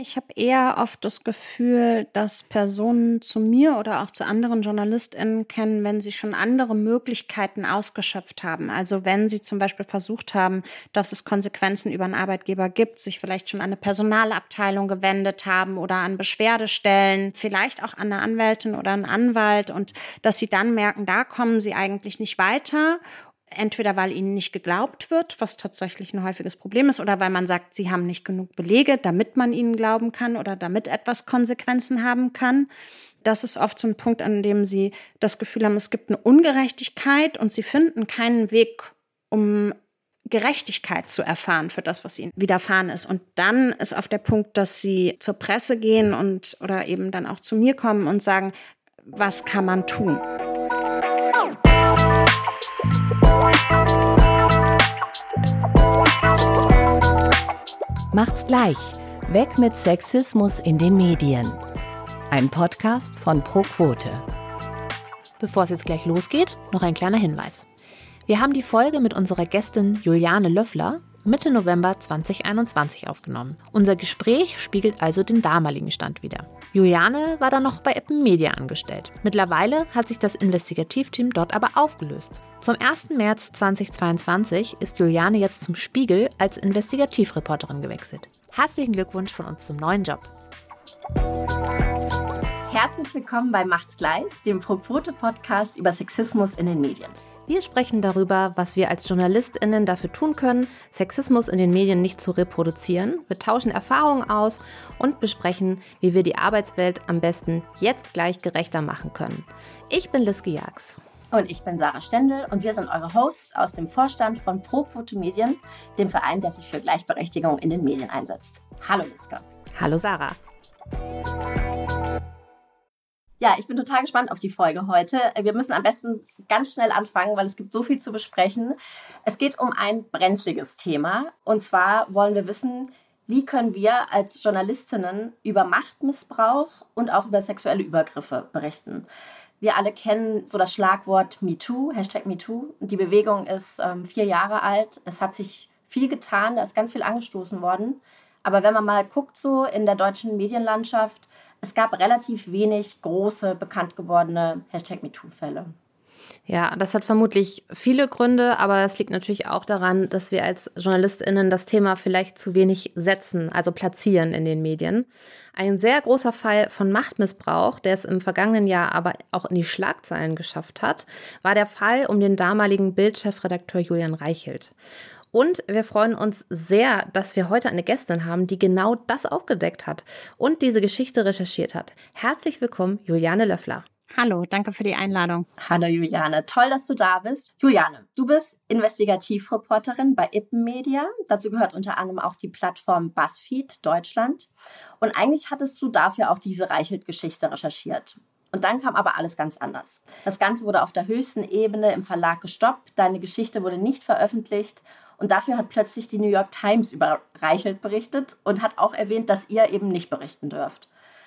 ich habe eher oft das Gefühl, dass Personen zu mir oder auch zu anderen JournalistInnen kennen, wenn sie schon andere Möglichkeiten ausgeschöpft haben. Also wenn sie zum Beispiel versucht haben, dass es Konsequenzen über einen Arbeitgeber gibt, sich vielleicht schon an eine Personalabteilung gewendet haben oder an Beschwerdestellen, vielleicht auch an eine Anwältin oder einen Anwalt und dass sie dann merken, da kommen sie eigentlich nicht weiter. Entweder weil ihnen nicht geglaubt wird, was tatsächlich ein häufiges Problem ist, oder weil man sagt, sie haben nicht genug Belege, damit man ihnen glauben kann oder damit etwas Konsequenzen haben kann. Das ist oft so ein Punkt, an dem sie das Gefühl haben, es gibt eine Ungerechtigkeit und sie finden keinen Weg, um Gerechtigkeit zu erfahren für das, was ihnen widerfahren ist. Und dann ist oft der Punkt, dass sie zur Presse gehen oder eben dann auch zu mir kommen und sagen, was kann man tun? Macht's gleich. Weg mit Sexismus in den Medien. Ein Podcast von ProQuote. Bevor es jetzt gleich losgeht, noch ein kleiner Hinweis. Wir haben die Folge mit unserer Gästin Juliane Löffler Mitte November 2021 aufgenommen. Unser Gespräch spiegelt also den damaligen Stand wider. Juliane war dann noch bei Ippen Media angestellt. Mittlerweile hat sich das Investigativteam dort aber aufgelöst. Zum 1. März 2022 ist Juliane jetzt zum Spiegel als Investigativreporterin gewechselt. Herzlichen Glückwunsch von uns zum neuen Job. Herzlich willkommen bei Macht's gleich, dem ProQuote-Podcast über Sexismus in den Medien. Wir sprechen darüber, was wir als JournalistInnen dafür tun können, Sexismus in den Medien nicht zu reproduzieren. Wir tauschen Erfahrungen aus und besprechen, wie wir die Arbeitswelt am besten jetzt gleich gerechter machen können. Ich bin Liske Jax. Und ich bin Sarah Stendel und wir sind eure Hosts aus dem Vorstand von ProQuote Medien, dem Verein, der sich für Gleichberechtigung in den Medien einsetzt. Hallo Liske. Hallo Sarah. Ja, ich bin total gespannt auf die Folge heute. Wir müssen am besten ganz schnell anfangen, weil es gibt so viel zu besprechen. Es geht um ein brenzliges Thema. Und zwar wollen wir wissen, wie können wir als Journalistinnen über Machtmissbrauch und auch über sexuelle Übergriffe berichten. Wir alle kennen so das Schlagwort MeToo, #MeToo. Die Bewegung ist 4 Jahre alt. Es hat sich viel getan, da ist ganz viel angestoßen worden. Aber wenn man mal guckt so in der deutschen Medienlandschaft, es gab relativ wenig große, bekannt gewordene #MeToo-Fälle. Ja, das hat vermutlich viele Gründe, aber es liegt natürlich auch daran, dass wir als JournalistInnen das Thema vielleicht zu wenig setzen, also platzieren in den Medien. Ein sehr großer Fall von Machtmissbrauch, der es im vergangenen Jahr aber auch in die Schlagzeilen geschafft hat, war der Fall um den damaligen Bild-Chefredakteur Julian Reichelt. Und wir freuen uns sehr, dass wir heute eine Gästin haben, die genau das aufgedeckt hat und diese Geschichte recherchiert hat. Herzlich willkommen, Juliane Löffler. Hallo, danke für die Einladung. Hallo Juliane, toll, dass du da bist. Juliane, du bist Investigativreporterin bei Ippen Media. Dazu gehört unter anderem auch die Plattform BuzzFeed Deutschland. Und eigentlich hattest du dafür auch diese Reichelt-Geschichte recherchiert. Und dann kam aber alles ganz anders. Das Ganze wurde auf der höchsten Ebene im Verlag gestoppt. Deine Geschichte wurde nicht veröffentlicht. Und dafür hat plötzlich die New York Times über Reichelt berichtet und hat auch erwähnt, dass ihr eben nicht berichten dürft.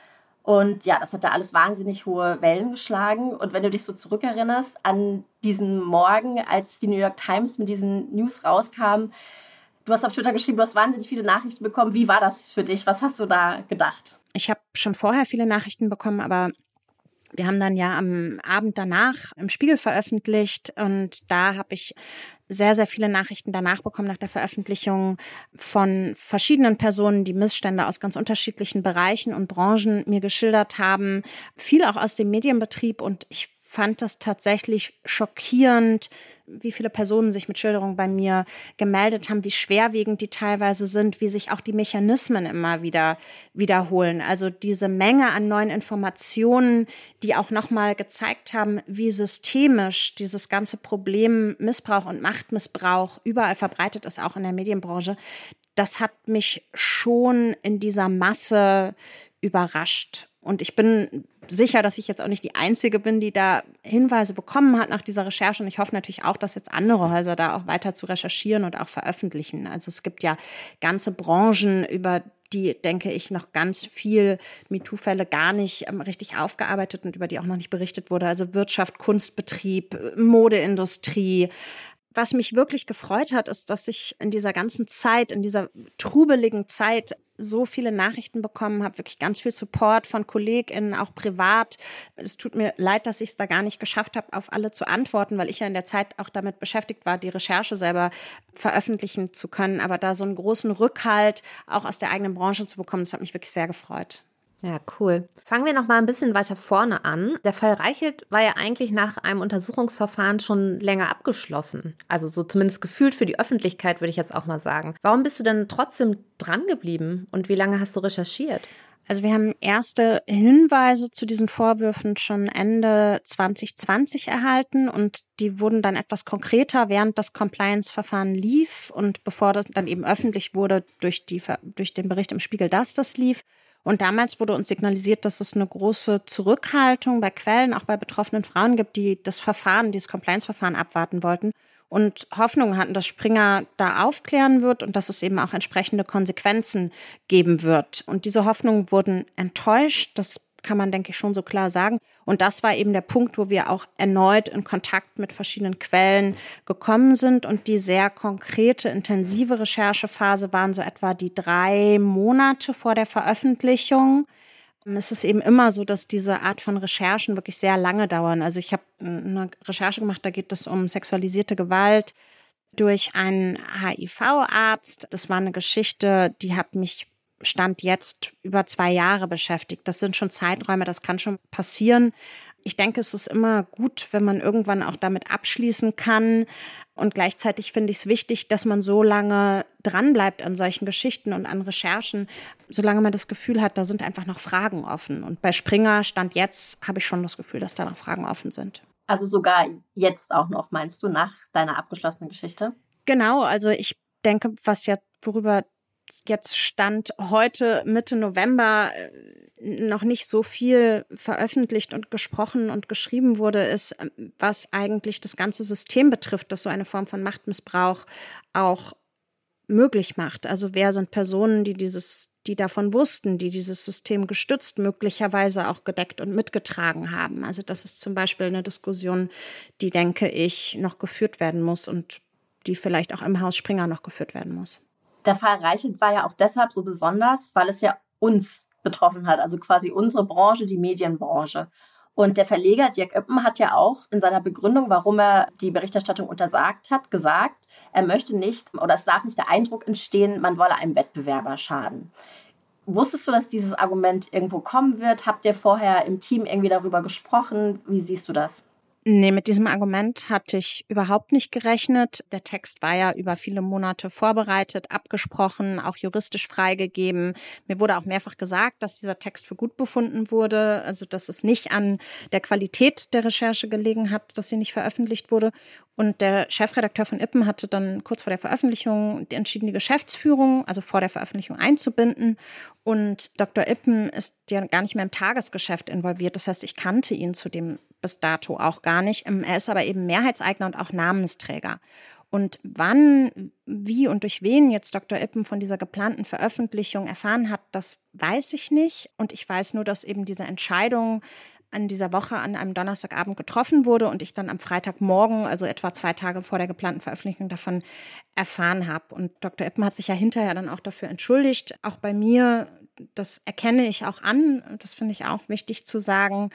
Und ja, das hat da alles wahnsinnig hohe Wellen geschlagen. Und wenn du dich so zurückerinnerst an diesen Morgen, als die New York Times mit diesen News rauskam, du hast auf Twitter geschrieben, du hast wahnsinnig viele Nachrichten bekommen. Wie war das für dich? Was hast du da gedacht? Ich habe schon vorher viele Nachrichten bekommen, aber wir haben dann ja am Abend danach im Spiegel veröffentlicht und da habe ich sehr, sehr viele Nachrichten danach bekommen, nach der Veröffentlichung von verschiedenen Personen, die Missstände aus ganz unterschiedlichen Bereichen und Branchen mir geschildert haben. Viel auch aus dem Medienbetrieb und ich fand das tatsächlich schockierend, wie viele Personen sich mit Schilderungen bei mir gemeldet haben, wie schwerwiegend die teilweise sind, wie sich auch die Mechanismen immer wieder wiederholen. Also diese Menge an neuen Informationen, die auch nochmal gezeigt haben, wie systemisch dieses ganze Problem Missbrauch und Machtmissbrauch überall verbreitet ist, auch in der Medienbranche. Das hat mich schon in dieser Masse überrascht. Und ich bin sicher, dass ich jetzt auch nicht die Einzige bin, die da Hinweise bekommen hat nach dieser Recherche. Und ich hoffe natürlich auch, dass jetzt andere Häuser da auch weiter zu recherchieren und auch veröffentlichen. Also es gibt ja ganze Branchen, über die, denke ich, noch ganz viel MeToo-Fälle gar nicht richtig aufgearbeitet und über die auch noch nicht berichtet wurde. Also Wirtschaft, Kunstbetrieb, Modeindustrie, Was mich wirklich gefreut hat, ist, dass ich in dieser ganzen Zeit, in dieser trubeligen Zeit so viele Nachrichten bekommen habe, wirklich ganz viel Support von KollegInnen, auch privat. Es tut mir leid, dass ich es da gar nicht geschafft habe, auf alle zu antworten, weil ich ja in der Zeit auch damit beschäftigt war, die Recherche selber veröffentlichen zu können. Aber da so einen großen Rückhalt auch aus der eigenen Branche zu bekommen, das hat mich wirklich sehr gefreut. Ja, cool. Fangen wir noch mal ein bisschen weiter vorne an. Der Fall Reichelt war ja eigentlich nach einem Untersuchungsverfahren schon länger abgeschlossen. Also so zumindest gefühlt für die Öffentlichkeit, würde ich jetzt auch mal sagen. Warum bist du denn trotzdem dran geblieben und wie lange hast du recherchiert? Also wir haben erste Hinweise zu diesen Vorwürfen schon Ende 2020 erhalten und die wurden dann etwas konkreter, während das Compliance-Verfahren lief und bevor das dann eben öffentlich wurde durch den Bericht im Spiegel, dass das lief. Und damals wurde uns signalisiert, dass es eine große Zurückhaltung bei Quellen, auch bei betroffenen Frauen gibt, die das Verfahren, dieses Compliance-Verfahren abwarten wollten und Hoffnung hatten, dass Springer da aufklären wird und dass es eben auch entsprechende Konsequenzen geben wird. Und diese Hoffnungen wurden enttäuscht. Das kann man, denke ich, schon so klar sagen. Und das war eben der Punkt, wo wir auch erneut in Kontakt mit verschiedenen Quellen gekommen sind. Und die sehr konkrete, intensive Recherchephase waren so etwa die 3 Monate vor der Veröffentlichung. Es ist eben immer so, dass diese Art von Recherchen wirklich sehr lange dauern. Also ich habe eine Recherche gemacht, da geht es um sexualisierte Gewalt durch einen HIV-Arzt. Das war eine Geschichte, die hat mich Stand jetzt über 2 Jahre beschäftigt. Das sind schon Zeiträume, das kann schon passieren. Ich denke, es ist immer gut, wenn man irgendwann auch damit abschließen kann. Und gleichzeitig finde ich es wichtig, dass man so lange dranbleibt an solchen Geschichten und an Recherchen, solange man das Gefühl hat, da sind einfach noch Fragen offen. Und bei Springer, Stand jetzt, habe ich schon das Gefühl, dass da noch Fragen offen sind. Also sogar jetzt auch noch, meinst du, nach deiner abgeschlossenen Geschichte? Genau, also ich denke, worüber jetzt Stand heute Mitte November noch nicht so viel veröffentlicht und gesprochen und geschrieben wurde, ist, was eigentlich das ganze System betrifft, das so eine Form von Machtmissbrauch auch möglich macht. Also wer sind Personen, die davon wussten, die dieses System gestützt, möglicherweise auch gedeckt und mitgetragen haben. Also das ist zum Beispiel eine Diskussion, die, denke ich, noch geführt werden muss und die vielleicht auch im Haus Springer noch geführt werden muss. Der Fall Reichelt war ja auch deshalb so besonders, weil es ja uns betroffen hat, also quasi unsere Branche, die Medienbranche. Und der Verleger Dirk Ippen hat ja auch in seiner Begründung, warum er die Berichterstattung untersagt hat, gesagt, er möchte nicht oder es darf nicht der Eindruck entstehen, man wolle einem Wettbewerber schaden. Wusstest du, dass dieses Argument irgendwo kommen wird? Habt ihr vorher im Team irgendwie darüber gesprochen? Wie siehst du das? Nee, mit diesem Argument hatte ich überhaupt nicht gerechnet. Der Text war ja über viele Monate vorbereitet, abgesprochen, auch juristisch freigegeben. Mir wurde auch mehrfach gesagt, dass dieser Text für gut befunden wurde, also dass es nicht an der Qualität der Recherche gelegen hat, dass sie nicht veröffentlicht wurde. Und der Chefredakteur von Ippen hatte dann kurz vor der Veröffentlichung entschieden, die Geschäftsführung, also vor der Veröffentlichung, einzubinden. Und Dr. Ippen ist ja gar nicht mehr im Tagesgeschäft involviert. Das heißt, ich kannte ihn zudem bis dato auch gar nicht. Er ist aber eben Mehrheitseigner und auch Namensträger. Und wann, wie und durch wen jetzt Dr. Ippen von dieser geplanten Veröffentlichung erfahren hat, das weiß ich nicht. Und ich weiß nur, dass eben diese Entscheidung an dieser Woche an einem Donnerstagabend getroffen wurde und ich dann am Freitagmorgen, also etwa 2 Tage vor der geplanten Veröffentlichung, davon erfahren habe. Und Dr. Ippen hat sich ja hinterher dann auch dafür entschuldigt. Auch bei mir, das erkenne ich auch an, das finde ich auch wichtig zu sagen.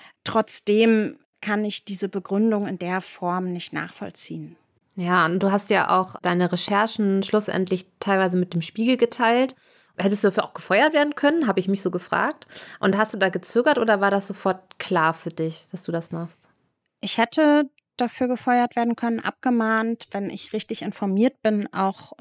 Trotzdem kann ich diese Begründung in der Form nicht nachvollziehen. Ja, und du hast ja auch deine Recherchen schlussendlich teilweise mit dem Spiegel geteilt. Hättest du dafür auch gefeuert werden können, habe ich mich so gefragt. Und hast du da gezögert oder war das sofort klar für dich, dass du das machst? Ich hätte dafür gefeuert werden können, abgemahnt, wenn ich richtig informiert bin, auch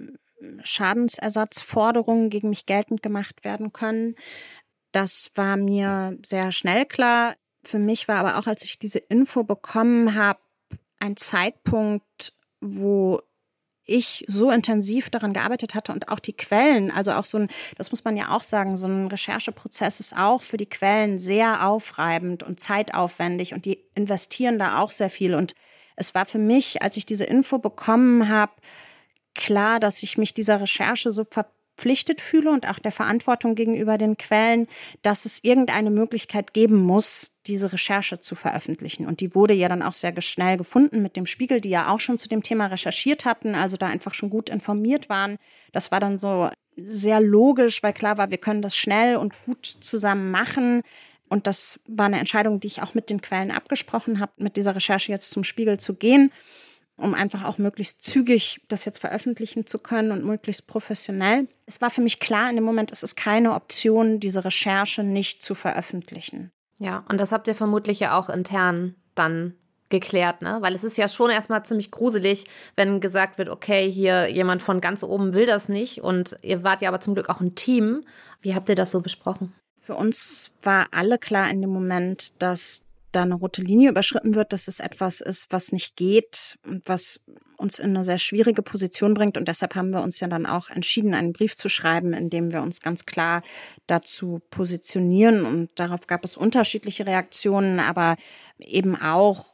Schadensersatzforderungen gegen mich geltend gemacht werden können. Das war mir sehr schnell klar. Für mich war aber auch, als ich diese Info bekommen habe, ein Zeitpunkt, wo ich so intensiv daran gearbeitet hatte und auch die Quellen, also auch das muss man ja auch sagen, so ein Rechercheprozess ist auch für die Quellen sehr aufreibend und zeitaufwendig und die investieren da auch sehr viel. Und es war für mich, als ich diese Info bekommen habe, klar, dass ich mich dieser Recherche so verpflichtet fühle und auch der Verantwortung gegenüber den Quellen, dass es irgendeine Möglichkeit geben muss, diese Recherche zu veröffentlichen. Und die wurde ja dann auch sehr schnell gefunden mit dem Spiegel, die ja auch schon zu dem Thema recherchiert hatten, also da einfach schon gut informiert waren. Das war dann so sehr logisch, weil klar war, wir können das schnell und gut zusammen machen. Und das war eine Entscheidung, die ich auch mit den Quellen abgesprochen habe, mit dieser Recherche jetzt zum Spiegel zu gehen, um einfach auch möglichst zügig das jetzt veröffentlichen zu können und möglichst professionell. Es war für mich klar, in dem Moment, es ist keine Option, diese Recherche nicht zu veröffentlichen. Ja, und das habt ihr vermutlich ja auch intern dann geklärt, ne? Weil es ist ja schon erstmal ziemlich gruselig, wenn gesagt wird, okay, hier jemand von ganz oben will das nicht und ihr wart ja aber zum Glück auch ein Team. Wie habt ihr das so besprochen? Für uns war alle klar in dem Moment, dass da eine rote Linie überschritten wird, dass es etwas ist, was nicht geht und was uns in eine sehr schwierige Position bringt. Und deshalb haben wir uns ja dann auch entschieden, einen Brief zu schreiben, in dem wir uns ganz klar dazu positionieren. Und darauf gab es unterschiedliche Reaktionen, aber eben auch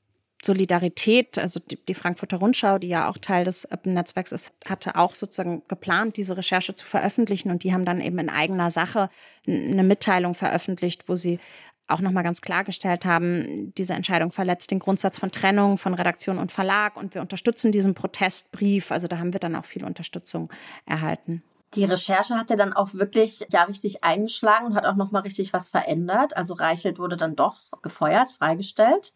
Solidarität. Also die Frankfurter Rundschau, die ja auch Teil des Netzwerks ist, hatte auch sozusagen geplant, diese Recherche zu veröffentlichen. Und die haben dann eben in eigener Sache eine Mitteilung veröffentlicht, wo sie auch nochmal ganz klargestellt haben, diese Entscheidung verletzt den Grundsatz von Trennung von Redaktion und Verlag und wir unterstützen diesen Protestbrief. Also da haben wir dann auch viel Unterstützung erhalten. Die Recherche hat ja dann auch wirklich richtig eingeschlagen und hat auch nochmal richtig was verändert. Also Reichelt wurde dann doch gefeuert, freigestellt.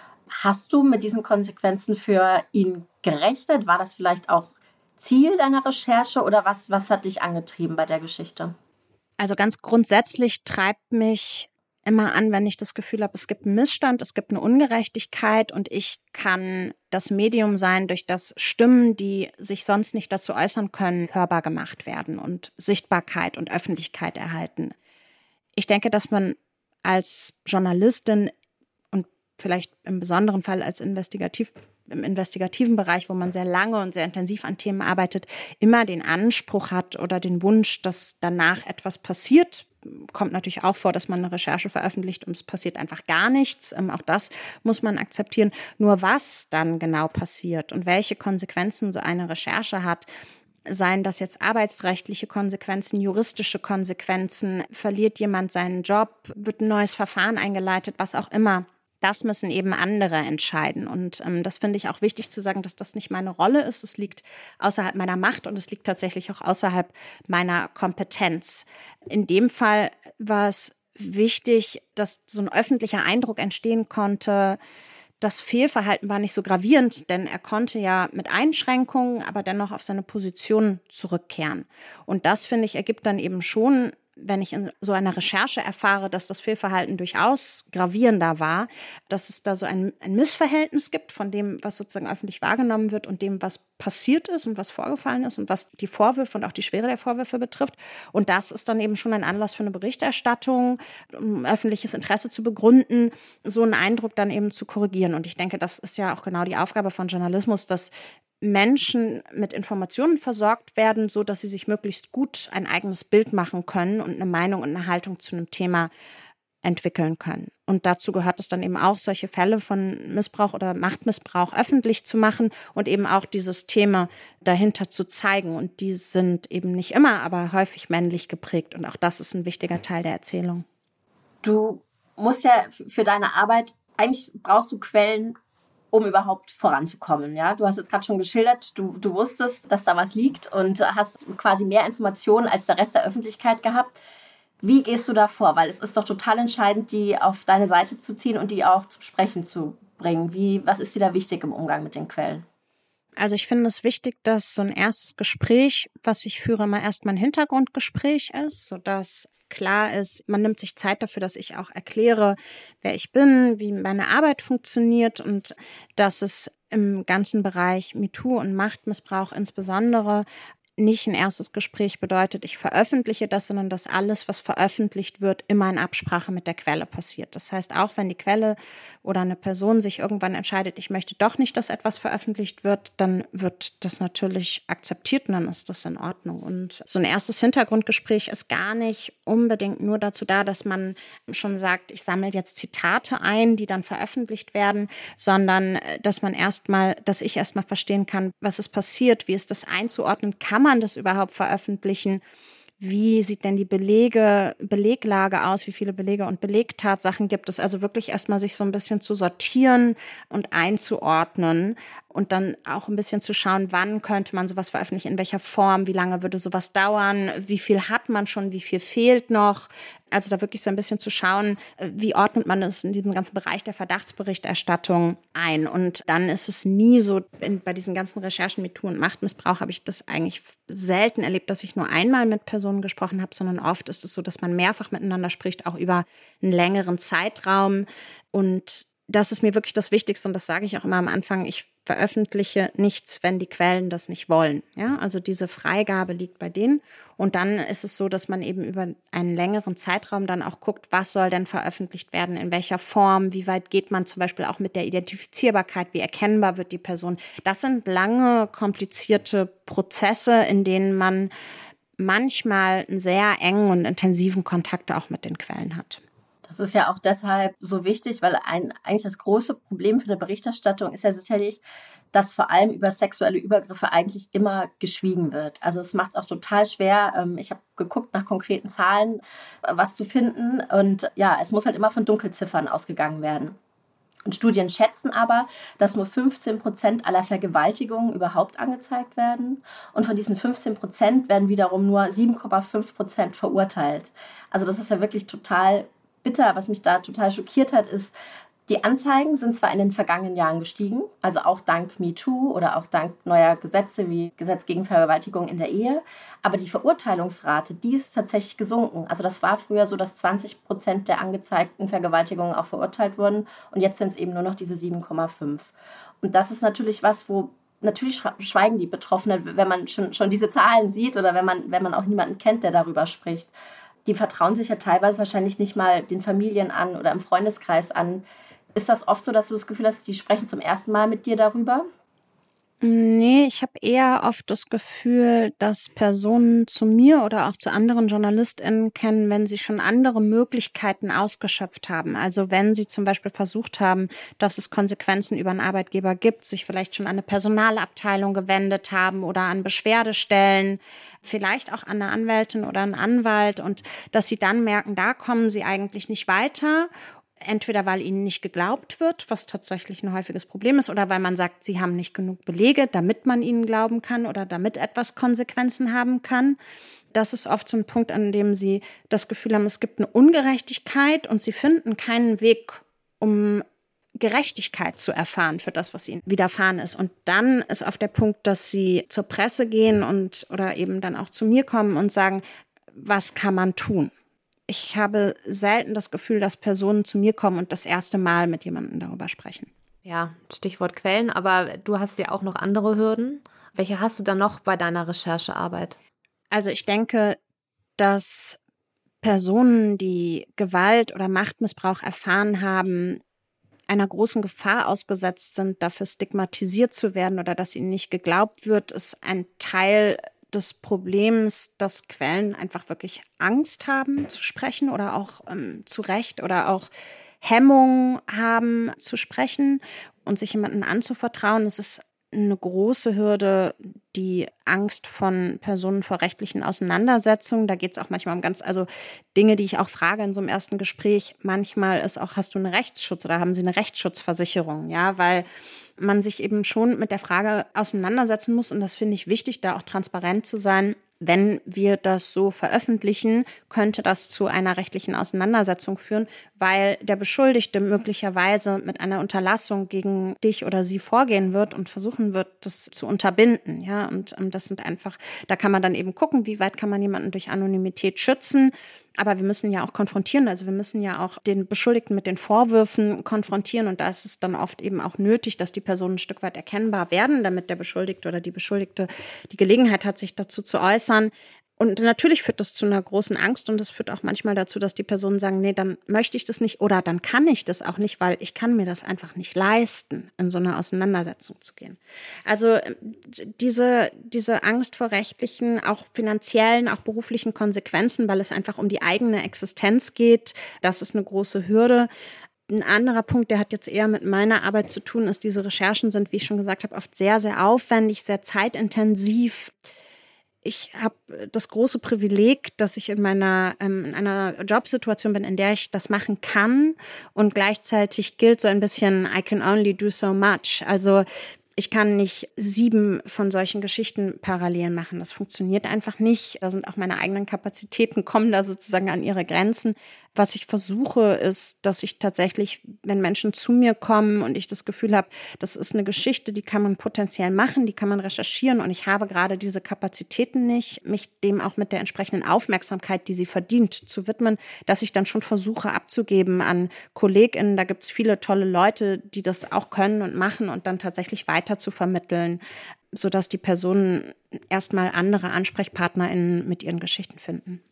Hast du mit diesen Konsequenzen für ihn gerechnet? War das vielleicht auch Ziel deiner Recherche oder was hat dich angetrieben bei der Geschichte? Also ganz grundsätzlich treibt mich immer an, wenn ich das Gefühl habe, es gibt einen Missstand, es gibt eine Ungerechtigkeit und ich kann das Medium sein, durch das Stimmen, die sich sonst nicht dazu äußern können, hörbar gemacht werden und Sichtbarkeit und Öffentlichkeit erhalten. Ich denke, dass man als Journalistin und vielleicht im besonderen Fall als im investigativen Bereich, wo man sehr lange und sehr intensiv an Themen arbeitet, immer den Anspruch hat oder den Wunsch, dass danach etwas passiert. Kommt natürlich auch vor, dass man eine Recherche veröffentlicht und es passiert einfach gar nichts. Auch das muss man akzeptieren. Nur was dann genau passiert und welche Konsequenzen so eine Recherche hat, seien das jetzt arbeitsrechtliche Konsequenzen, juristische Konsequenzen, verliert jemand seinen Job, wird ein neues Verfahren eingeleitet, was auch immer. Das müssen eben andere entscheiden. Und das finde ich auch wichtig zu sagen, dass das nicht meine Rolle ist. Es liegt außerhalb meiner Macht und es liegt tatsächlich auch außerhalb meiner Kompetenz. In dem Fall war es wichtig, dass so ein öffentlicher Eindruck entstehen konnte. Das Fehlverhalten war nicht so gravierend, denn er konnte ja mit Einschränkungen, aber dennoch auf seine Position zurückkehren. Und das, finde ich, ergibt dann eben schon, wenn ich in so einer Recherche erfahre, dass das Fehlverhalten durchaus gravierender war, dass es da so ein Missverhältnis gibt von dem, was sozusagen öffentlich wahrgenommen wird und dem, was passiert ist und was vorgefallen ist und was die Vorwürfe und auch die Schwere der Vorwürfe betrifft. Und das ist dann eben schon ein Anlass für eine Berichterstattung, um öffentliches Interesse zu begründen, so einen Eindruck dann eben zu korrigieren. Und ich denke, das ist ja auch genau die Aufgabe von Journalismus, dass Menschen mit Informationen versorgt werden, so dass sie sich möglichst gut ein eigenes Bild machen können und eine Meinung und eine Haltung zu einem Thema entwickeln können. Und dazu gehört es dann eben auch, solche Fälle von Missbrauch oder Machtmissbrauch öffentlich zu machen und eben auch die Systeme dahinter zu zeigen. Und die sind eben nicht immer, aber häufig männlich geprägt. Und auch das ist ein wichtiger Teil der Erzählung. Du musst ja für deine Arbeit, eigentlich brauchst du Quellen, um überhaupt voranzukommen. Ja? Du hast jetzt gerade schon geschildert, du wusstest, dass da was liegt und hast quasi mehr Informationen als der Rest der Öffentlichkeit gehabt. Wie gehst du da vor? Weil es ist doch total entscheidend, die auf deine Seite zu ziehen und die auch zum Sprechen zu bringen. Was ist dir da wichtig im Umgang mit den Quellen? Also ich finde es wichtig, dass so ein erstes Gespräch, was ich führe, immer erstmal ein Hintergrundgespräch ist, sodass klar ist, man nimmt sich Zeit dafür, dass ich auch erkläre, wer ich bin, wie meine Arbeit funktioniert und dass es im ganzen Bereich MeToo und Machtmissbrauch insbesondere nicht ein erstes Gespräch bedeutet, ich veröffentliche das, sondern dass alles, was veröffentlicht wird, immer in Absprache mit der Quelle passiert. Das heißt, auch wenn die Quelle oder eine Person sich irgendwann entscheidet, ich möchte doch nicht, dass etwas veröffentlicht wird, dann wird das natürlich akzeptiert und dann ist das in Ordnung. Und so ein erstes Hintergrundgespräch ist gar nicht unbedingt nur dazu da, dass man schon sagt, ich sammle jetzt Zitate ein, die dann veröffentlicht werden, sondern dass ich erstmal verstehen kann, was ist passiert, wie ist das einzuordnen, kann kann man das überhaupt veröffentlichen? Wie sieht denn die Beleglage aus? Wie viele Belege und Belegtatsachen gibt es? Also wirklich erstmal sich so ein bisschen zu sortieren und einzuordnen und dann auch ein bisschen zu schauen, wann könnte man sowas veröffentlichen, in welcher Form, wie lange würde sowas dauern, wie viel hat man schon, wie viel fehlt noch. Also da wirklich so ein bisschen zu schauen, wie ordnet man es in diesem ganzen Bereich der Verdachtsberichterstattung ein. Und dann ist es nie so, bei diesen ganzen Recherchen MeToo und Machtmissbrauch habe ich das eigentlich selten erlebt, dass ich nur einmal mit Personen gesprochen habe, sondern oft ist es so, dass man mehrfach miteinander spricht, auch über einen längeren Zeitraum. Und das ist mir wirklich das Wichtigste und das sage ich auch immer am Anfang. Ich veröffentliche nichts, wenn die Quellen das nicht wollen. Ja, also diese Freigabe liegt bei denen. Und dann ist es so, dass man eben über einen längeren Zeitraum dann auch guckt, was soll denn veröffentlicht werden, in welcher Form, wie weit geht man zum Beispiel auch mit der Identifizierbarkeit, wie erkennbar wird die Person. Das sind lange, komplizierte Prozesse, in denen man manchmal einen sehr engen und intensiven Kontakt auch mit den Quellen hat. Das ist ja auch deshalb so wichtig, weil eigentlich das große Problem für eine Berichterstattung ist ja sicherlich, dass vor allem über sexuelle Übergriffe eigentlich immer geschwiegen wird. Also es macht es auch total schwer. Ich habe geguckt nach konkreten Zahlen, was zu finden. Und ja, es muss halt immer von Dunkelziffern ausgegangen werden. Und Studien schätzen aber, dass nur 15% aller Vergewaltigungen überhaupt angezeigt werden. Und von diesen 15% werden wiederum nur 7,5% verurteilt. Also das ist ja wirklich total bitter. Was mich da total schockiert hat, ist, die Anzeigen sind zwar in den vergangenen Jahren gestiegen, also auch dank MeToo oder auch dank neuer Gesetze wie Gesetz gegen Vergewaltigung in der Ehe, aber die Verurteilungsrate, die ist tatsächlich gesunken. Also das war früher so, dass 20% der angezeigten Vergewaltigungen auch verurteilt wurden und jetzt sind es eben nur noch diese 7,5. Und das ist natürlich was, wo natürlich schweigen die Betroffenen, wenn man schon diese Zahlen sieht oder wenn man auch niemanden kennt, der darüber spricht. Die vertrauen sich ja teilweise wahrscheinlich nicht mal den Familien an oder im Freundeskreis an. Ist das oft so, dass du das Gefühl hast, die sprechen zum ersten Mal mit dir darüber? Nee, ich habe eher oft das Gefühl, dass Personen zu mir oder auch zu anderen JournalistInnen kennen, wenn sie schon andere Möglichkeiten ausgeschöpft haben. Also wenn sie zum Beispiel versucht haben, dass es Konsequenzen über einen Arbeitgeber gibt, sich vielleicht schon an eine Personalabteilung gewendet haben oder an Beschwerdestellen, vielleicht auch an eine Anwältin oder einen Anwalt und dass sie dann merken, da kommen sie eigentlich nicht weiter. Entweder weil ihnen nicht geglaubt wird, was tatsächlich ein häufiges Problem ist, oder weil man sagt, sie haben nicht genug Belege, damit man ihnen glauben kann oder damit etwas Konsequenzen haben kann. Das ist oft so ein Punkt, an dem sie das Gefühl haben, es gibt eine Ungerechtigkeit und sie finden keinen Weg, um Gerechtigkeit zu erfahren für das, was ihnen widerfahren ist. Und dann ist oft der Punkt, dass sie zur Presse gehen oder eben dann auch zu mir kommen und sagen, was kann man tun? Ich habe selten das Gefühl, dass Personen zu mir kommen und das erste Mal mit jemandem darüber sprechen. Ja, Stichwort Quellen, aber du hast ja auch noch andere Hürden. Welche hast du dann noch bei deiner Recherchearbeit? Also ich denke, dass Personen, die Gewalt oder Machtmissbrauch erfahren haben, einer großen Gefahr ausgesetzt sind, dafür stigmatisiert zu werden oder dass ihnen nicht geglaubt wird, ist ein Teil des Problems, dass Quellen einfach wirklich Angst haben zu sprechen oder auch zu Recht oder auch Hemmung haben zu sprechen und sich jemandem anzuvertrauen. Es ist eine große Hürde, die Angst von Personen vor rechtlichen Auseinandersetzungen. Da geht es auch manchmal um also Dinge, die ich auch frage in so einem ersten Gespräch. Manchmal ist auch, hast du einen Rechtsschutz oder haben sie eine Rechtsschutzversicherung? Ja, weil man sich eben schon mit der Frage auseinandersetzen muss. Und das finde ich wichtig, da auch transparent zu sein. Wenn wir das so veröffentlichen, könnte das zu einer rechtlichen Auseinandersetzung führen, weil der Beschuldigte möglicherweise mit einer Unterlassung gegen dich oder sie vorgehen wird und versuchen wird, das zu unterbinden. Ja, und das sind einfach, da kann man dann eben gucken, wie weit kann man jemanden durch Anonymität schützen. Aber wir müssen ja auch konfrontieren, also wir müssen ja auch den Beschuldigten mit den Vorwürfen konfrontieren und da ist es dann oft eben auch nötig, dass die Personen ein Stück weit erkennbar werden, damit der Beschuldigte oder die Beschuldigte die Gelegenheit hat, sich dazu zu äußern. Und natürlich führt das zu einer großen Angst und das führt auch manchmal dazu, dass die Personen sagen, nee, dann möchte ich das nicht oder dann kann ich das auch nicht, weil ich kann mir das einfach nicht leisten, in so eine Auseinandersetzung zu gehen. Also diese Angst vor rechtlichen, auch finanziellen, auch beruflichen Konsequenzen, weil es einfach um die eigene Existenz geht, das ist eine große Hürde. Ein anderer Punkt, der hat jetzt eher mit meiner Arbeit zu tun, ist, diese Recherchen sind, wie ich schon gesagt habe, oft sehr, sehr aufwendig, sehr zeitintensiv. ich habe das große Privileg, dass ich in einer Jobsituation bin, in der ich das machen kann und gleichzeitig gilt so ein bisschen I can only do so much. Also ich kann nicht 7 von solchen Geschichten parallel machen. Das funktioniert einfach nicht. Da sind auch meine eigenen Kapazitäten, kommen da sozusagen an ihre Grenzen. Was ich versuche, ist, dass ich tatsächlich, wenn Menschen zu mir kommen und ich das Gefühl habe, das ist eine Geschichte, die kann man potenziell machen, die kann man recherchieren und ich habe gerade diese Kapazitäten nicht, mich dem auch mit der entsprechenden Aufmerksamkeit, die sie verdient, zu widmen, dass ich dann schon versuche abzugeben an KollegInnen. Da gibt es viele tolle Leute, die das auch können und machen und dann tatsächlich weiter zu vermitteln, sodass die Personen erstmal andere AnsprechpartnerInnen mit ihren Geschichten finden.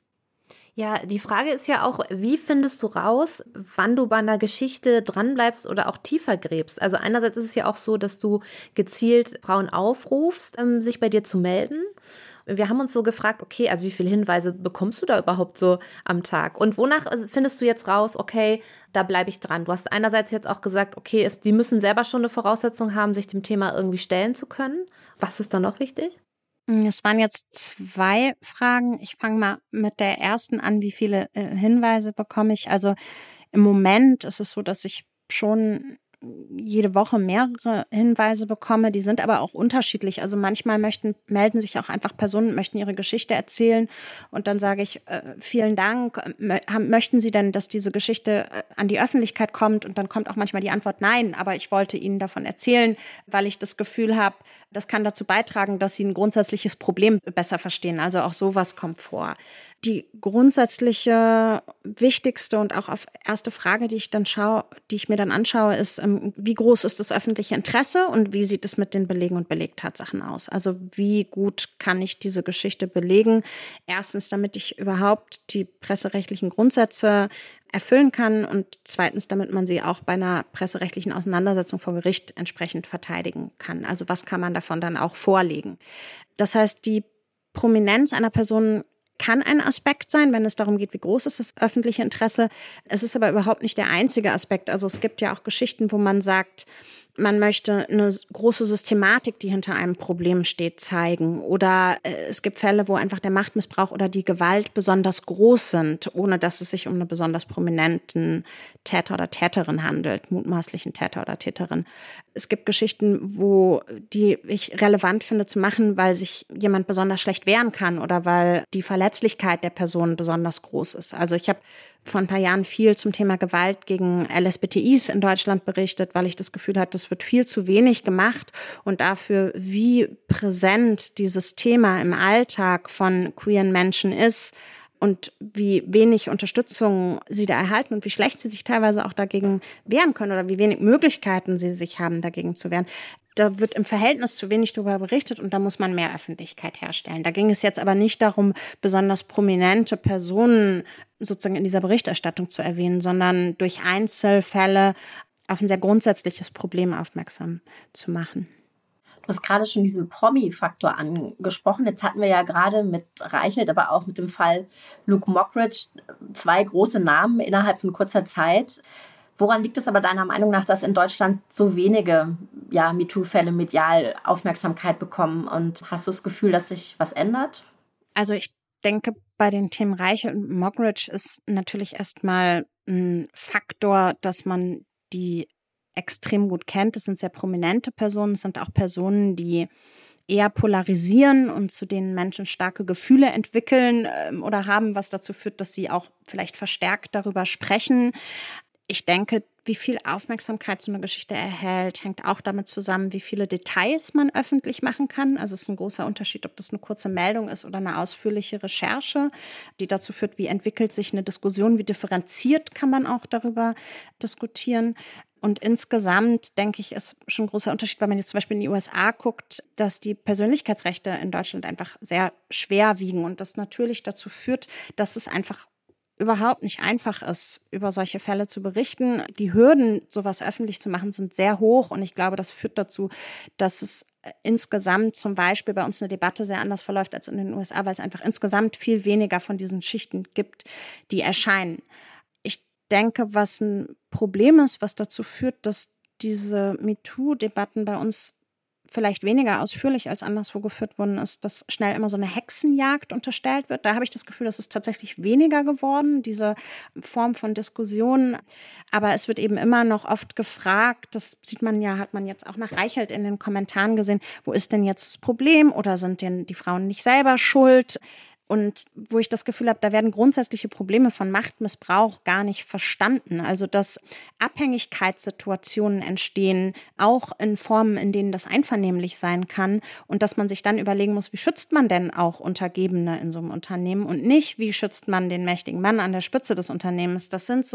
Ja, die Frage ist ja auch, wie findest du raus, wann du bei einer Geschichte dranbleibst oder auch tiefer gräbst? Also einerseits ist es ja auch so, dass du gezielt Frauen aufrufst, sich bei dir zu melden. Wir haben uns so gefragt, okay, also wie viele Hinweise bekommst du da überhaupt so am Tag? Und wonach findest du jetzt raus, okay, da bleibe ich dran? Du hast einerseits jetzt auch gesagt, okay, die müssen selber schon eine Voraussetzung haben, sich dem Thema irgendwie stellen zu können. Was ist da noch wichtig? Es waren jetzt 2 Fragen. Ich fange mal mit der ersten an. Wie viele Hinweise bekomme ich? Also im Moment ist es so, dass ich schon jede Woche mehrere Hinweise bekomme. Die sind aber auch unterschiedlich. Also manchmal melden sich auch einfach Personen, möchten ihre Geschichte erzählen. Und dann sage ich, vielen Dank. Möchten Sie denn, dass diese Geschichte an die Öffentlichkeit kommt? Und dann kommt auch manchmal die Antwort, nein, aber ich wollte Ihnen davon erzählen, weil ich das Gefühl habe, das kann dazu beitragen, dass Sie ein grundsätzliches Problem besser verstehen. Also auch sowas kommt vor. Die grundsätzliche, wichtigste und auch auf erste Frage, die ich mir dann anschaue, ist, wie groß ist das öffentliche Interesse und wie sieht es mit den Belegen und Belegtatsachen aus? Also wie gut kann ich diese Geschichte belegen? Erstens, damit ich überhaupt die presserechtlichen Grundsätze erfüllen kann und zweitens, damit man sie auch bei einer presserechtlichen Auseinandersetzung vor Gericht entsprechend verteidigen kann. Also was kann man davon dann auch vorlegen? Das heißt, die Prominenz einer Person kann ein Aspekt sein, wenn es darum geht, wie groß ist das öffentliche Interesse. Es ist aber überhaupt nicht der einzige Aspekt. Also es gibt ja auch Geschichten, wo man sagt, man möchte eine große Systematik, die hinter einem Problem steht, zeigen. Oder es gibt Fälle, wo einfach der Machtmissbrauch oder die Gewalt besonders groß sind, ohne dass es sich um einen besonders prominenten Täter oder Täterin handelt, mutmaßlichen Täter oder Täterin. Es gibt Geschichten, die ich relevant finde zu machen, weil sich jemand besonders schlecht wehren kann oder weil die Verletzlichkeit der Person besonders groß ist. Also ich habe vor ein paar Jahren viel zum Thema Gewalt gegen LSBTIs in Deutschland berichtet, weil ich das Gefühl hatte, es wird viel zu wenig gemacht und dafür, wie präsent dieses Thema im Alltag von queeren Menschen ist und wie wenig Unterstützung sie da erhalten und wie schlecht sie sich teilweise auch dagegen wehren können oder wie wenig Möglichkeiten sie sich haben, dagegen zu wehren. Da wird im Verhältnis zu wenig darüber berichtet und da muss man mehr Öffentlichkeit herstellen. Da ging es jetzt aber nicht darum, besonders prominente Personen sozusagen in dieser Berichterstattung zu erwähnen, sondern durch Einzelfälle auf ein sehr grundsätzliches Problem aufmerksam zu machen. Du hast gerade schon diesen Promi-Faktor angesprochen. Jetzt hatten wir ja gerade mit Reichelt, aber auch mit dem Fall Luke Mockridge 2 große Namen innerhalb von kurzer Zeit. Woran liegt es aber deiner Meinung nach, dass in Deutschland so wenige MeToo-Fälle medial Aufmerksamkeit bekommen? Und hast du das Gefühl, dass sich was ändert? Also ich denke, bei den Themen Reichelt und Mockridge ist natürlich erstmal ein Faktor, dass man die extrem gut kennt. Es sind sehr prominente Personen, es sind auch Personen, die eher polarisieren und zu denen Menschen starke Gefühle entwickeln oder haben, was dazu führt, dass sie auch vielleicht verstärkt darüber sprechen. Ich denke, wie viel Aufmerksamkeit so eine Geschichte erhält, hängt auch damit zusammen, wie viele Details man öffentlich machen kann. Also es ist ein großer Unterschied, ob das eine kurze Meldung ist oder eine ausführliche Recherche, die dazu führt, wie entwickelt sich eine Diskussion, wie differenziert kann man auch darüber diskutieren. Und insgesamt, denke ich, ist schon ein großer Unterschied, weil man jetzt zum Beispiel in die USA guckt, dass die Persönlichkeitsrechte in Deutschland einfach sehr schwer wiegen und das natürlich dazu führt, dass es einfach überhaupt nicht einfach ist, über solche Fälle zu berichten. Die Hürden, sowas öffentlich zu machen, sind sehr hoch und ich glaube, das führt dazu, dass es insgesamt zum Beispiel bei uns eine Debatte sehr anders verläuft als in den USA, weil es einfach insgesamt viel weniger von diesen Schichten gibt, die erscheinen. Ich denke, was ein Problem ist, was dazu führt, dass diese MeToo-Debatten bei uns vielleicht weniger ausführlich als anderswo geführt worden ist, dass schnell immer so eine Hexenjagd unterstellt wird. Da habe ich das Gefühl, das ist tatsächlich weniger geworden, diese Form von Diskussion. Aber es wird eben immer noch oft gefragt, das sieht man ja, hat man jetzt auch nach Reichelt in den Kommentaren gesehen, wo ist denn jetzt das Problem oder sind denn die Frauen nicht selber schuld? Und wo ich das Gefühl habe, da werden grundsätzliche Probleme von Machtmissbrauch gar nicht verstanden. Also dass Abhängigkeitssituationen entstehen, auch in Formen, in denen das einvernehmlich sein kann. Und dass man sich dann überlegen muss, wie schützt man denn auch Untergebene in so einem Unternehmen und nicht, wie schützt man den mächtigen Mann an der Spitze des Unternehmens.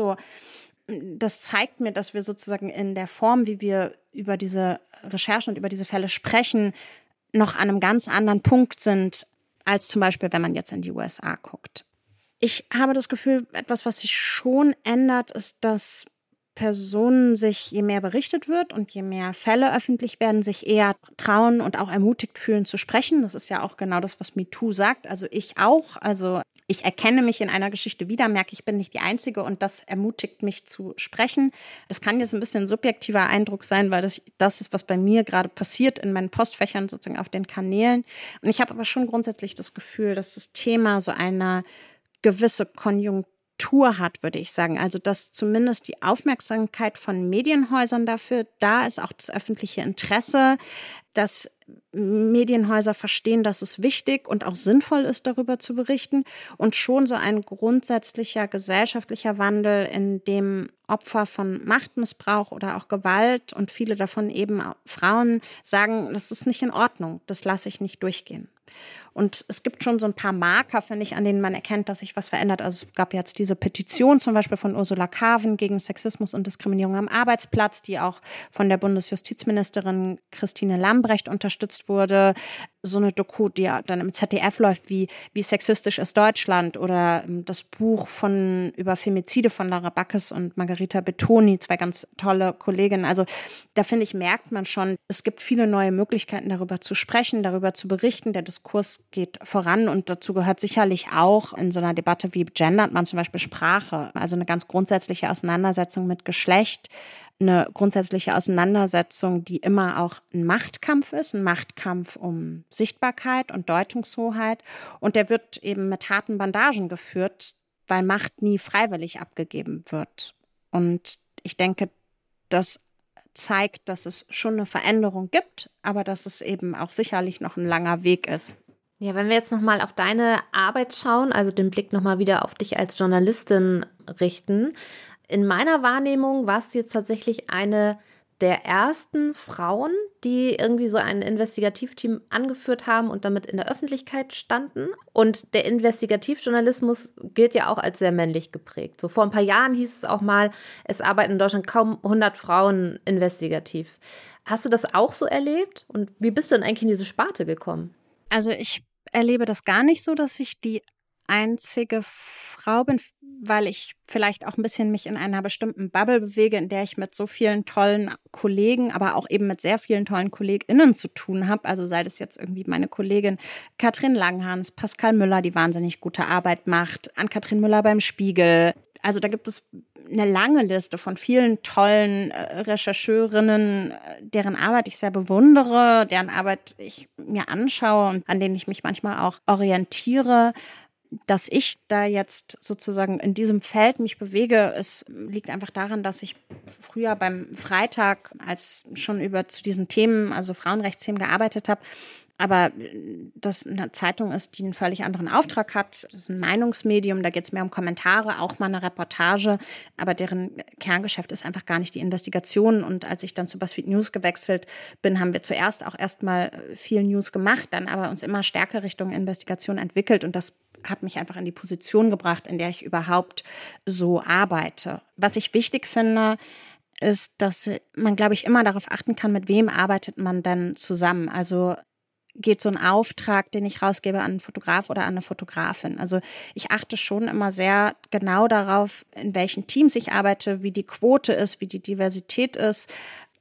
Das zeigt mir, dass wir sozusagen in der Form, wie wir über diese Recherchen und über diese Fälle sprechen, noch an einem ganz anderen Punkt sind, als zum Beispiel, wenn man jetzt in die USA guckt. Ich habe das Gefühl, etwas, was sich schon ändert, ist, dass Personen sich, je mehr berichtet wird und je mehr Fälle öffentlich werden, sich eher trauen und auch ermutigt fühlen zu sprechen. Das ist ja auch genau das, was MeToo sagt. Also ich auch. Also ich erkenne mich in einer Geschichte wieder, merke, ich bin nicht die Einzige und das ermutigt mich zu sprechen. Es kann jetzt ein bisschen ein subjektiver Eindruck sein, weil das ist, was bei mir gerade passiert in meinen Postfächern sozusagen auf den Kanälen. Und ich habe aber schon grundsätzlich das Gefühl, dass das Thema so eine gewisse Konjunktur hat, würde ich sagen. Also dass zumindest die Aufmerksamkeit von Medienhäusern dafür da ist, auch das öffentliche Interesse, dass Medienhäuser verstehen, dass es wichtig und auch sinnvoll ist, darüber zu berichten und schon so ein grundsätzlicher gesellschaftlicher Wandel, in dem Opfer von Machtmissbrauch oder auch Gewalt und viele davon eben Frauen sagen, das ist nicht in Ordnung, das lasse ich nicht durchgehen. Und es gibt schon so ein paar Marker, finde ich, an denen man erkennt, dass sich was verändert. Also es gab jetzt diese Petition zum Beispiel von Ursula Carven gegen Sexismus und Diskriminierung am Arbeitsplatz, die auch von der Bundesjustizministerin Christine Lambrecht unterstützt wurde. So eine Doku, die ja dann im ZDF läuft, wie sexistisch ist Deutschland, oder das Buch über Femizide von Lara Backes und Margherita Bettoni, zwei ganz tolle Kolleginnen. Also da finde ich, merkt man schon, es gibt viele neue Möglichkeiten, darüber zu sprechen, darüber zu berichten. Der Diskurs geht voran und dazu gehört sicherlich auch in so einer Debatte, wie gendert man zum Beispiel Sprache, also eine ganz grundsätzliche Auseinandersetzung mit Geschlecht, eine grundsätzliche Auseinandersetzung, die immer auch ein Machtkampf ist, ein Machtkampf um Sichtbarkeit und Deutungshoheit. Und der wird eben mit harten Bandagen geführt, weil Macht nie freiwillig abgegeben wird. Und ich denke, das zeigt, dass es schon eine Veränderung gibt, aber dass es eben auch sicherlich noch ein langer Weg ist. Ja, wenn wir jetzt nochmal auf deine Arbeit schauen, also den Blick nochmal wieder auf dich als Journalistin richten. In meiner Wahrnehmung warst du jetzt tatsächlich eine der ersten Frauen, die irgendwie so ein Investigativteam angeführt haben und damit in der Öffentlichkeit standen. Und der Investigativjournalismus gilt ja auch als sehr männlich geprägt. So vor ein paar Jahren hieß es auch mal, es arbeiten in Deutschland kaum 100 Frauen investigativ. Hast du das auch so erlebt? Und wie bist du denn eigentlich in diese Sparte gekommen? Also ich erlebe das gar nicht so, dass ich die einzige Frau bin, weil ich vielleicht auch ein bisschen mich in einer bestimmten Bubble bewege, in der ich mit so vielen tollen Kollegen, aber auch eben mit sehr vielen tollen KollegInnen zu tun habe. Also sei das jetzt irgendwie meine Kollegin Katrin Langhans, Pascal Müller, die wahnsinnig gute Arbeit macht, Ann-Kathrin Müller beim Spiegel. Also da gibt es eine lange Liste von vielen tollen Rechercheurinnen, deren Arbeit ich sehr bewundere, deren Arbeit ich mir anschaue und an denen ich mich manchmal auch orientiere. Dass ich da jetzt sozusagen in diesem Feld mich bewege, es liegt einfach daran, dass ich früher beim Freitag als schon zu diesen Themen, also Frauenrechtsthemen, gearbeitet habe. Aber das eine Zeitung ist, die einen völlig anderen Auftrag hat. Das ist ein Meinungsmedium, da geht es mehr um Kommentare, auch mal eine Reportage. Aber deren Kerngeschäft ist einfach gar nicht die Investigation. Und als ich dann zu BuzzFeed News gewechselt bin, haben wir zuerst auch erstmal viel News gemacht, dann aber uns immer stärker Richtung Investigation entwickelt. Und das hat mich einfach in die Position gebracht, in der ich überhaupt so arbeite. Was ich wichtig finde, ist, dass man, glaube ich, immer darauf achten kann, mit wem arbeitet man denn zusammen. Also geht so ein Auftrag, den ich rausgebe, an einen Fotograf oder an eine Fotografin. Also ich achte schon immer sehr genau darauf, in welchen Teams ich arbeite, wie die Quote ist, wie die Diversität ist.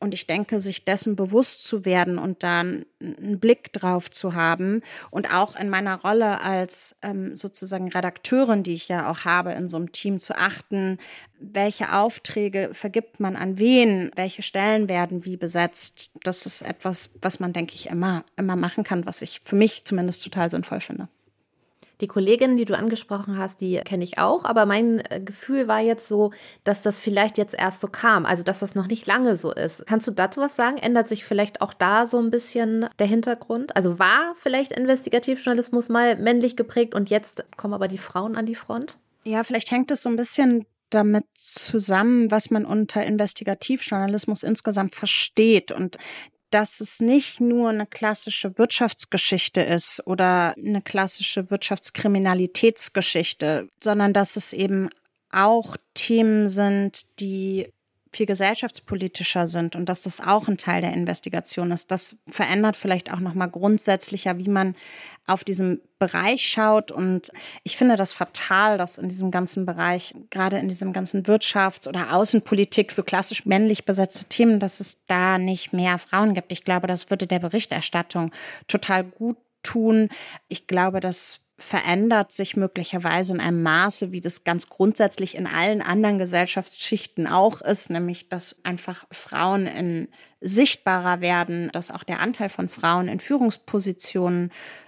Und ich denke, sich dessen bewusst zu werden und dann einen Blick drauf zu haben und auch in meiner Rolle als sozusagen Redakteurin, die ich ja auch habe, in so einem Team zu achten, welche Aufträge vergibt man an wen, welche Stellen werden wie besetzt. Das ist etwas, was man, denke ich, immer machen kann, was ich für mich zumindest total sinnvoll finde. Die Kollegin, die du angesprochen hast, die kenne ich auch, aber mein Gefühl war jetzt so, dass das vielleicht jetzt erst so kam, also dass das noch nicht lange so ist. Kannst du dazu was sagen? Ändert sich vielleicht auch da so ein bisschen der Hintergrund? Also war vielleicht Investigativjournalismus mal männlich geprägt und jetzt kommen aber die Frauen an die Front? Ja, vielleicht hängt es so ein bisschen damit zusammen, was man unter Investigativjournalismus insgesamt versteht und dass es nicht nur eine klassische Wirtschaftsgeschichte ist oder eine klassische Wirtschaftskriminalitätsgeschichte, sondern dass es eben auch Themen sind, die viel gesellschaftspolitischer sind und dass das auch ein Teil der Investigation ist. Das verändert vielleicht auch nochmal grundsätzlicher, wie man auf diesen Bereich schaut. Und ich finde das fatal, dass in diesem ganzen Bereich, gerade in diesem ganzen Wirtschafts- oder Außenpolitik, so klassisch männlich besetzte Themen, dass es da nicht mehr Frauen gibt. Ich glaube, das würde der Berichterstattung total gut tun. Ich glaube, das verändert sich möglicherweise in einem Maße, wie das ganz grundsätzlich in allen anderen Gesellschaftsschichten auch ist, nämlich dass einfach Frauen sichtbarer werden, dass auch der Anteil von Frauen in Führungspositionen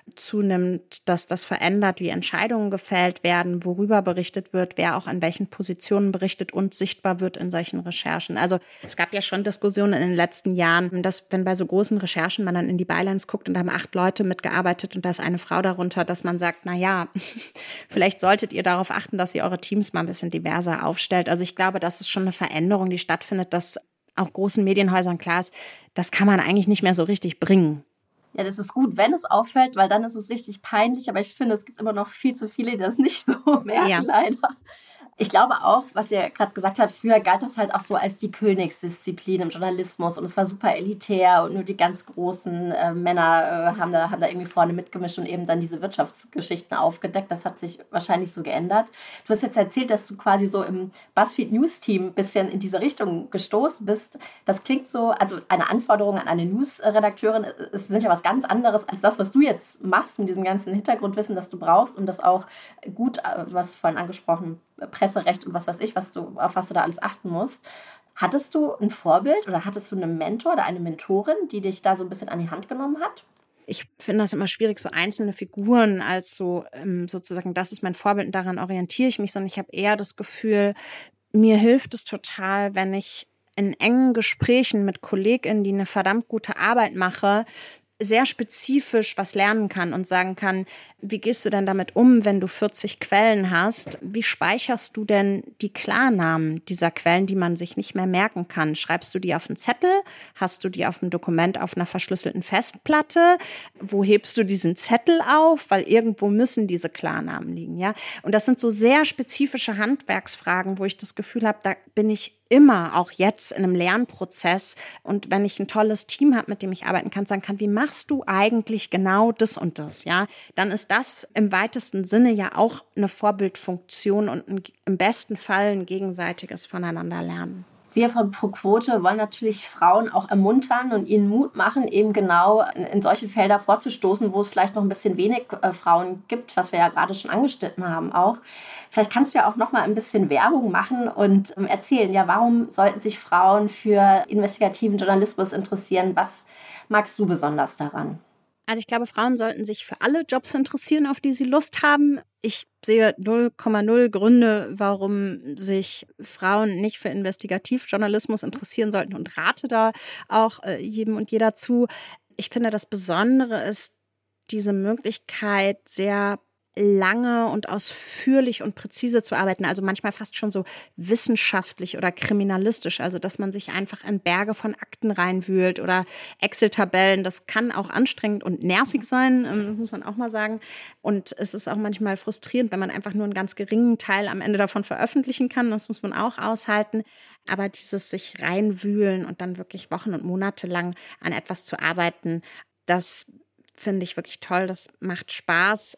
zunimmt, dass das verändert, wie Entscheidungen gefällt werden, worüber berichtet wird, wer auch an welchen Positionen berichtet und sichtbar wird in solchen Recherchen. Also es gab ja schon Diskussionen in den letzten Jahren, dass wenn bei so großen Recherchen man dann in die Bylines guckt und da haben 8 Leute mitgearbeitet und da ist eine Frau darunter, dass man sagt, na ja, vielleicht solltet ihr darauf achten, dass ihr eure Teams mal ein bisschen diverser aufstellt. Also ich glaube, das ist schon eine Veränderung, die stattfindet, dass auch großen Medienhäusern klar ist, das kann man eigentlich nicht mehr so richtig bringen. Ja, das ist gut, wenn es auffällt, weil dann ist es richtig peinlich. Aber ich finde, es gibt immer noch viel zu viele, die das nicht so merken, leider. Ich glaube auch, was ihr gerade gesagt habt, früher galt das halt auch so als die Königsdisziplin im Journalismus und es war super elitär und nur die ganz großen Männer haben da irgendwie vorne mitgemischt und eben dann diese Wirtschaftsgeschichten aufgedeckt. Das hat sich wahrscheinlich so geändert. Du hast jetzt erzählt, dass du quasi so im BuzzFeed News Team ein bisschen in diese Richtung gestoßen bist. Das klingt so, also eine Anforderung an eine News-Redakteurin sind ja was ganz anderes als das, was du jetzt machst mit diesem ganzen Hintergrundwissen, das du brauchst und das auch gut, du hast vorhin angesprochen, Presserecht und was weiß ich, auf was du da alles achten musst. Hattest du ein Vorbild oder hattest du einen Mentor oder eine Mentorin, die dich da so ein bisschen an die Hand genommen hat? Ich finde das immer schwierig, so einzelne Figuren als so sozusagen, das ist mein Vorbild und daran orientiere ich mich, sondern ich habe eher das Gefühl, mir hilft es total, wenn ich in engen Gesprächen mit KollegInnen, die eine verdammt gute Arbeit mache, sehr spezifisch was lernen kann und sagen kann, wie gehst du denn damit um, wenn du 40 Quellen hast? Wie speicherst du denn die Klarnamen dieser Quellen, die man sich nicht mehr merken kann? Schreibst du die auf einen Zettel? Hast du die auf einem Dokument auf einer verschlüsselten Festplatte? Wo hebst du diesen Zettel auf? Weil irgendwo müssen diese Klarnamen liegen, ja? Und das sind so sehr spezifische Handwerksfragen, wo ich das Gefühl habe, da bin ich immer, auch jetzt in einem Lernprozess. Und wenn ich ein tolles Team habe, mit dem ich arbeiten kann, sagen kann, wie machst du eigentlich genau das und das, ja? Dann ist das im weitesten Sinne ja auch eine Vorbildfunktion und im besten Fall ein gegenseitiges Voneinanderlernen. Wir von ProQuote wollen natürlich Frauen auch ermuntern und ihnen Mut machen, eben genau in solche Felder vorzustoßen, wo es vielleicht noch ein bisschen wenig Frauen gibt, was wir ja gerade schon angeschnitten haben auch. Vielleicht kannst du ja auch noch mal ein bisschen Werbung machen und erzählen, ja, warum sollten sich Frauen für investigativen Journalismus interessieren? Was magst du besonders daran? Also ich glaube, Frauen sollten sich für alle Jobs interessieren, auf die sie Lust haben. Ich sehe 0,0 Gründe, warum sich Frauen nicht für Investigativjournalismus interessieren sollten und rate da auch jedem und jeder zu. Ich finde, das Besondere ist diese Möglichkeit, sehr lange und ausführlich und präzise zu arbeiten, also manchmal fast schon so wissenschaftlich oder kriminalistisch, also dass man sich einfach in Berge von Akten reinwühlt oder Excel-Tabellen, das kann auch anstrengend und nervig sein, muss man auch mal sagen, und es ist auch manchmal frustrierend, wenn man einfach nur einen ganz geringen Teil am Ende davon veröffentlichen kann, das muss man auch aushalten, aber dieses sich reinwühlen und dann wirklich Wochen und Monate lang an etwas zu arbeiten, das finde ich wirklich toll, das macht Spaß.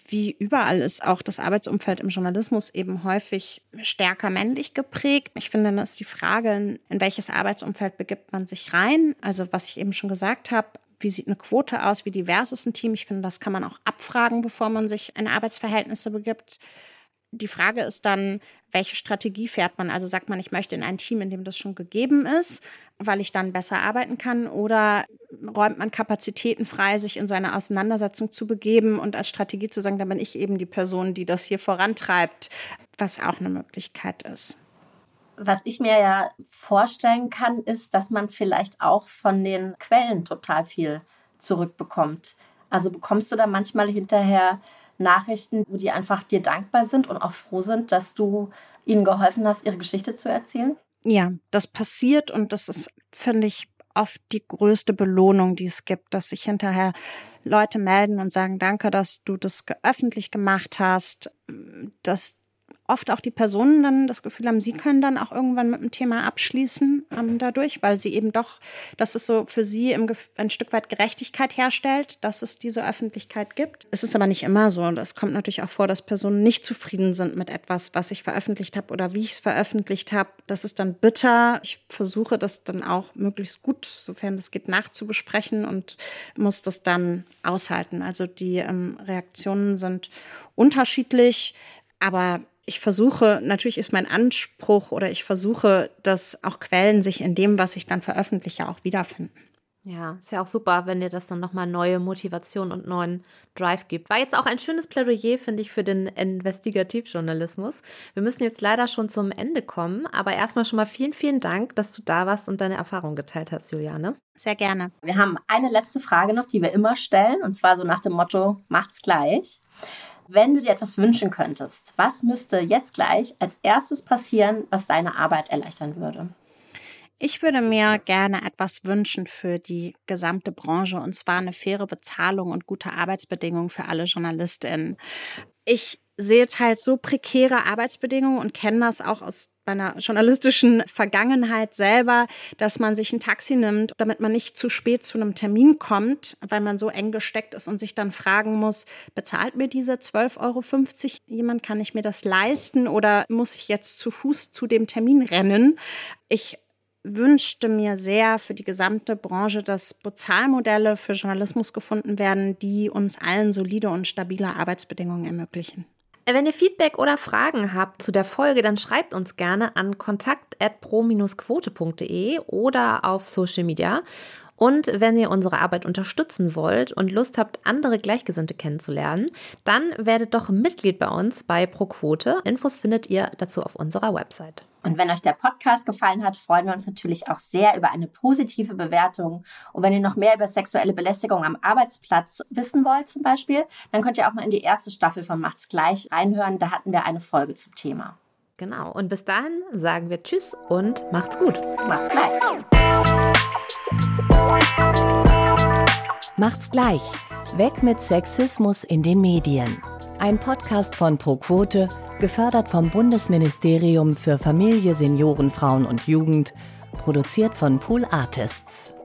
wie überall ist auch das Arbeitsumfeld im Journalismus eben häufig stärker männlich geprägt. Ich finde, dann ist die Frage, in welches Arbeitsumfeld begibt man sich rein? Also was ich eben schon gesagt habe, wie sieht eine Quote aus, wie divers ist ein Team? Ich finde, das kann man auch abfragen, bevor man sich in Arbeitsverhältnisse begibt. Die Frage ist dann, welche Strategie fährt man? Also sagt man, ich möchte in ein Team, in dem das schon gegeben ist, weil ich dann besser arbeiten kann, oder räumt man Kapazitäten frei, sich in so eine Auseinandersetzung zu begeben und als Strategie zu sagen, da bin ich eben die Person, die das hier vorantreibt, was auch eine Möglichkeit ist. Was ich mir ja vorstellen kann, ist, dass man vielleicht auch von den Quellen total viel zurückbekommt. Also bekommst du da manchmal hinterher Nachrichten, wo die einfach dir dankbar sind und auch froh sind, dass du ihnen geholfen hast, ihre Geschichte zu erzählen? Ja, das passiert und das ist, finde ich, oft die größte Belohnung, die es gibt, dass sich hinterher Leute melden und sagen, danke, dass du das öffentlich gemacht hast, dass oft auch die Personen dann das Gefühl haben, sie können dann auch irgendwann mit dem Thema abschließen dadurch, weil sie eben doch, dass es so für sie ein Stück weit Gerechtigkeit herstellt, dass es diese Öffentlichkeit gibt. Es ist aber nicht immer so und es kommt natürlich auch vor, dass Personen nicht zufrieden sind mit etwas, was ich veröffentlicht habe oder wie ich es veröffentlicht habe. Das ist dann bitter. Ich versuche das dann auch möglichst gut, sofern es geht, nachzubesprechen und muss das dann aushalten. Also die Reaktionen sind unterschiedlich, aber ich versuche, natürlich ist mein Anspruch oder ich versuche, dass auch Quellen sich in dem, was ich dann veröffentliche, auch wiederfinden. Ja, ist ja auch super, wenn dir das dann nochmal neue Motivation und neuen Drive gibt. War jetzt auch ein schönes Plädoyer, finde ich, für den Investigativjournalismus. Wir müssen jetzt leider schon zum Ende kommen, aber erstmal schon mal vielen, vielen Dank, dass du da warst und deine Erfahrungen geteilt hast, Juliane. Sehr gerne. Wir haben eine letzte Frage noch, die wir immer stellen, und zwar so nach dem Motto, macht's gleich. Wenn du dir etwas wünschen könntest, was müsste jetzt gleich als erstes passieren, was deine Arbeit erleichtern würde? Ich würde mir gerne etwas wünschen für die gesamte Branche, und zwar eine faire Bezahlung und gute Arbeitsbedingungen für alle JournalistInnen. Ich sehe teils so prekäre Arbeitsbedingungen und kenne das auch aus meiner journalistischen Vergangenheit selber, dass man sich ein Taxi nimmt, damit man nicht zu spät zu einem Termin kommt, weil man so eng gesteckt ist und sich dann fragen muss, bezahlt mir diese 12,50 €? Jemand, kann ich mir das leisten oder muss ich jetzt zu Fuß zu dem Termin rennen? Ich wünschte mir sehr für die gesamte Branche, dass Bezahlmodelle für Journalismus gefunden werden, die uns allen solide und stabile Arbeitsbedingungen ermöglichen. Wenn ihr Feedback oder Fragen habt zu der Folge, dann schreibt uns gerne an kontakt@pro-quote.de oder auf Social Media. Und wenn ihr unsere Arbeit unterstützen wollt und Lust habt, andere Gleichgesinnte kennenzulernen, dann werdet doch Mitglied bei uns bei ProQuote. Infos findet ihr dazu auf unserer Website. Und wenn euch der Podcast gefallen hat, freuen wir uns natürlich auch sehr über eine positive Bewertung. Und wenn ihr noch mehr über sexuelle Belästigung am Arbeitsplatz wissen wollt zum Beispiel, dann könnt ihr auch mal in die erste Staffel von Macht's gleich reinhören. Da hatten wir eine Folge zum Thema. Genau. Und bis dahin sagen wir Tschüss und macht's gut. Macht's gleich. Macht's gleich. Weg mit Sexismus in den Medien. Ein Podcast von ProQuote, gefördert vom Bundesministerium für Familie, Senioren, Frauen und Jugend, produziert von Pool Artists.